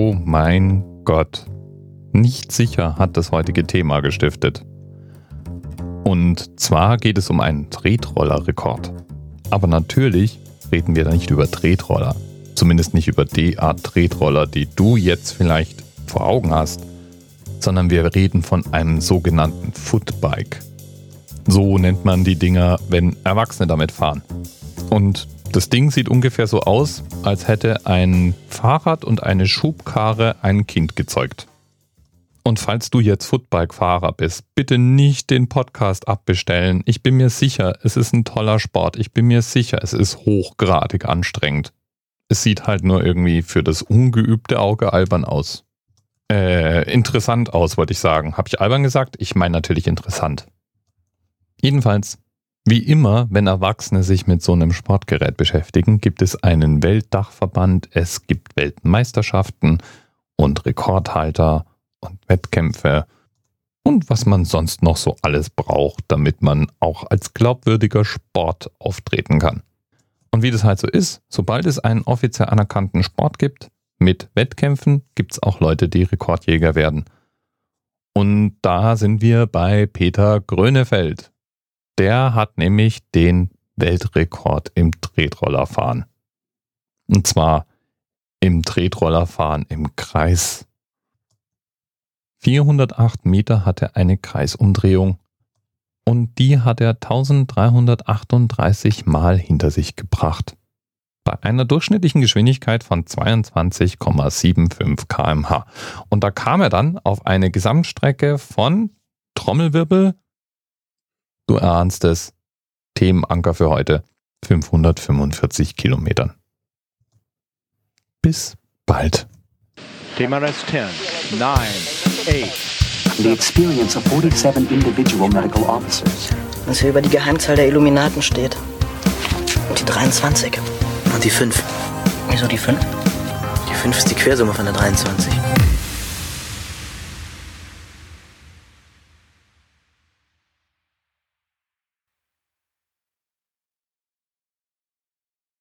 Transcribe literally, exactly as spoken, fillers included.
Oh mein Gott. Nicht sicher hat das heutige Thema gestiftet. Und zwar geht es um einen Tretroller-Rekord. Aber natürlich reden wir da nicht über Tretroller. Zumindest nicht über die Art Tretroller, die du jetzt vielleicht vor Augen hast. Sondern wir reden von einem sogenannten Footbike. So nennt man die Dinger, wenn Erwachsene damit fahren. Und das Ding sieht ungefähr so aus, als hätte ein Fahrrad und eine Schubkarre ein Kind gezeugt. Und falls du jetzt Footbike-Fahrer bist, bitte nicht den Podcast abbestellen. Ich bin mir sicher, es ist ein toller Sport. Ich bin mir sicher, es ist hochgradig anstrengend. Es sieht halt nur irgendwie für das ungeübte Auge albern aus. Äh, interessant aus, wollte ich sagen. Habe ich albern gesagt? Ich meine natürlich interessant. Jedenfalls, wie immer, wenn Erwachsene sich mit so einem Sportgerät beschäftigen, gibt es einen Weltdachverband, es gibt Weltmeisterschaften und Rekordhalter und Wettkämpfe und was man sonst noch so alles braucht, damit man auch als glaubwürdiger Sport auftreten kann. Und wie das halt so ist, sobald es einen offiziell anerkannten Sport gibt, mit Wettkämpfen, gibt es auch Leute, die Rekordjäger werden. Und da sind wir bei Peter Grönefeld. Der hat nämlich den Weltrekord im Tretrollerfahren. Und zwar im Tretrollerfahren im Kreis. vierhundertacht Meter hat er eine Kreisumdrehung und die hat er dreizehnhundertachtunddreißig Mal hinter sich gebracht. Bei einer durchschnittlichen Geschwindigkeit von zweiundzwanzig Komma fünfundsiebzig Kilometer pro Stunde. Und da kam er dann auf eine Gesamtstrecke von Trommelwirbel, du erahnst es, Themenanker für heute, fünfhundertfünfundvierzig Kilometern. Bis bald. Thema Rest ten, nine, eight. The experience of forty-seven individual medical officers. Was hier über die Geheimzahl der Illuminaten steht. Und die dreiundzwanzig. Und die fünf. Wieso die fünf? Die fünf ist die Quersumme von der dreiundzwanzig.